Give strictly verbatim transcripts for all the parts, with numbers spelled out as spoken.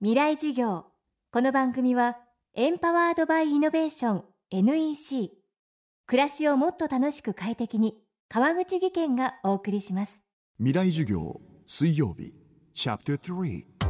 未来授業。この番組はエンパワードバイイノベーション エヌイーシー 暮らしをもっと楽しく快適に川口義賢がお送りします。 未来授業水曜日チャプタースリー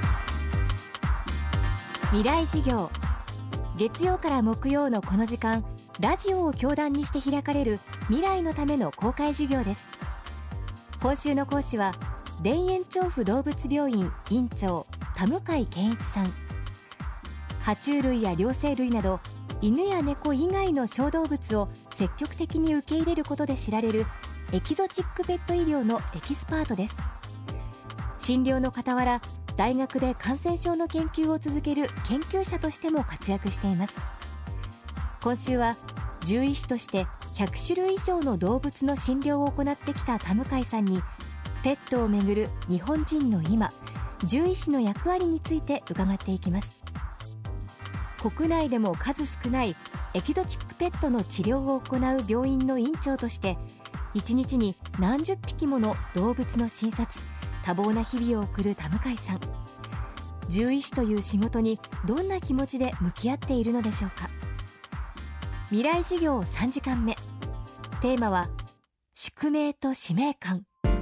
未来授業。月曜から木曜のこの時間、ラジオを教壇にして開かれる未来のための公開授業です。今週の講師は田園調布動物病院院長田向健一さん。爬虫類や両生類など犬や猫以外の小動物を積極的に受け入れることで知られるエキゾチックペット医療のエキスパートです。診療の傍ら大学で感染症の研究を続ける研究者としても活躍しています。今週は獣医師としてひゃくしゅるい以上の動物の診療を行ってきた田向さんに、ペットをめぐる日本人の今、獣医師の役割について伺っていきます。国内でも数少ないエキゾチックペットの治療を行う病院の院長として、いちにちに何十匹もの動物の診察、多忙な日々を送る田向さん。獣医師という仕事にどんな気持ちで向き合っているのでしょうか。未来授業さんじかんめ、テーマは宿命と使命感。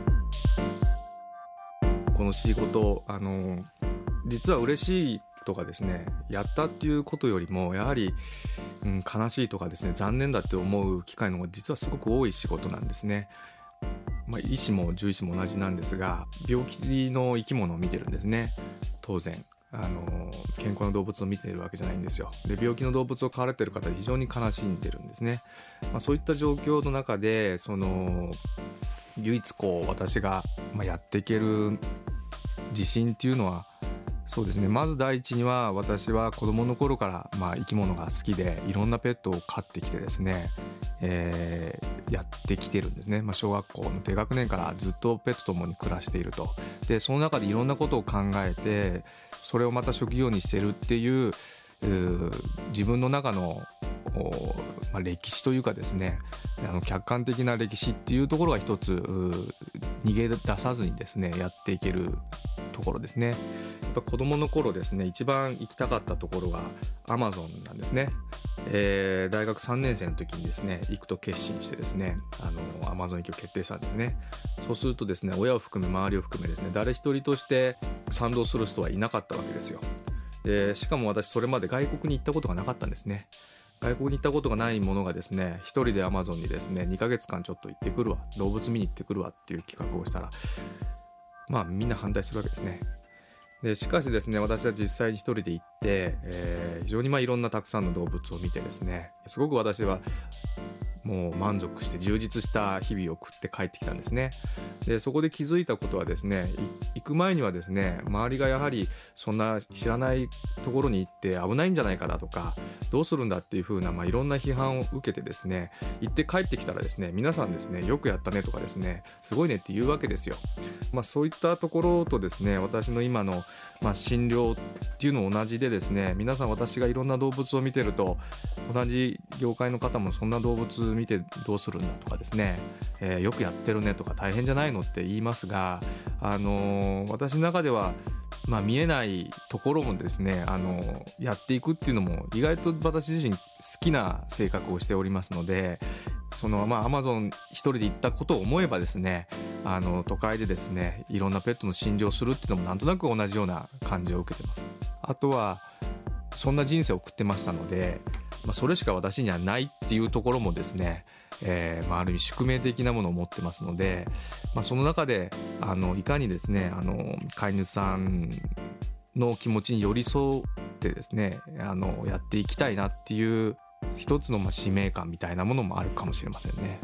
この仕事、あの実は嬉しいとかですね、やったっていうことよりもやはり、うん、悲しいとかですね、残念だって思う機会の方が実はすごく多い仕事なんですね。まあ、医師も獣医師も同じなんですが、病気の生き物を見てるんですね。当然あの健康な動物を見ているわけじゃないんですよ。で、病気の動物を飼われている方は非常に悲しんでるんですね。まあ、そういった状況の中で、その唯一こう私が、まあ、やっていける自信っていうのは、そうですね、まず第一には私は子供の頃から、まあ、生き物が好きでいろんなペットを飼ってきてですね、えー、やってきてるんですね。まあ、小学校の低学年からずっとペットと共に暮らしていると。でその中でいろんなことを考えて、それをまた職業にしてるっていう、う自分の中の、まあ、歴史というかですね、あの客観的な歴史っていうところが一つ逃げ出さずにですねやっていけるところですね。やっぱ子供の頃ですね、一番行きたかったところがアマゾンなんですね。えー、大学さんねん生の時にですね行くと決心してですね、あのアマゾン行きを決定したんですね。そうするとですね、親を含め周りを含めですね、誰一人として賛同する人はいなかったわけですよ。でしかも私それまで外国に行ったことがなかったんですね。外国に行ったことがないものがですね、一人でアマゾンにですねにかげつかんちょっと行ってくるわ、動物見に行ってくるわっていう企画をしたら、まあみんな反対するわけですね。でしかしですね、私は実際に一人で行って、えー、非常にまあいろんなたくさんの動物を見てですね、すごく私はもう満足して充実した日々を送って帰ってきたんですね。でそこで気づいたことはですね、行く前にはですね、周りがやはりそんな知らないところに行って危ないんじゃないかだとか、どうするんだっていう風な、まあ、いろんな批判を受けてですね、行って帰ってきたらですね、皆さんですね、よくやったねとかですね、すごいねって言うわけですよ。まあ、そういったところとですね、私の今の、まあ、診療っていうの同じでですね、皆さん私がいろんな動物を見てると、同じ業界の方もそんな動物見てどうするんだとかですね、えー、よくやってるねとか大変じゃないのって言いますが、あのー、私の中ではまあ、見えないところもですね、あのやっていくっていうのも意外と私自身好きな性格をしておりますので、そのまあアマゾン一人で行ったことを思えばですね、あの都会でですねいろんなペットの診療をするっていうのもなんとなく同じような感じを受けてます。あとはそんな人生を送ってましたので、まあ、それしか私にはないっていうところもですね、えーまあ、ある意味宿命的なものを持ってますので、まあ、その中であのいかにですね、あの飼い主さんの気持ちに寄り添ってですね、あのやっていきたいなっていう一つのまあ使命感みたいなものもあるかもしれませんね。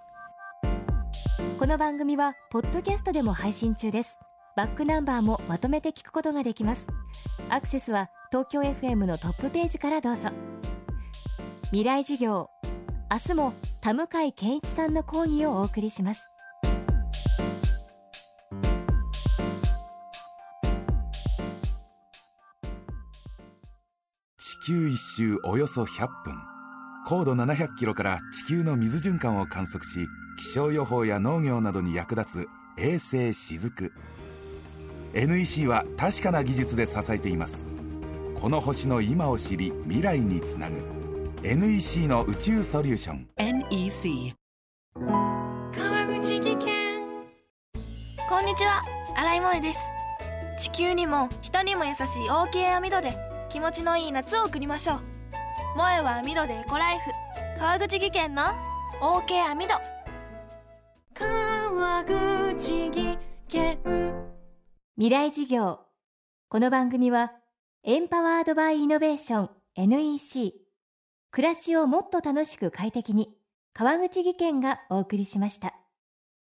この番組はポッドキャストでも配信中です。バックナンバーもまとめて聞くことができます。アクセスは東京 エフエム のトップページからどうぞ。未来授業、明日も田向健一さんの講義をお送りします。 地球一周およそひゃっぷん、高度ななひゃくキロから地球の水循環を観測し、気象予報や農業などに役立つ衛星しずく。 エヌイーシー は確かな技術で支えています。この星の今を知り未来につなぐ エヌイーシー の宇宙ソリューション。 エヌイーシー川口技研。こんにちは、新井萌です。地球にも人にも優しい オーケー 網戸で気持ちのいい夏を送りましょう。萌えは網戸でエコライフ。川口技研の オーケー 網戸。川口技研。 未来授業。この番組はエンパワードバイイノベーション エヌイーシー、 暮らしをもっと楽しく快適に、川口技研がお送りしました。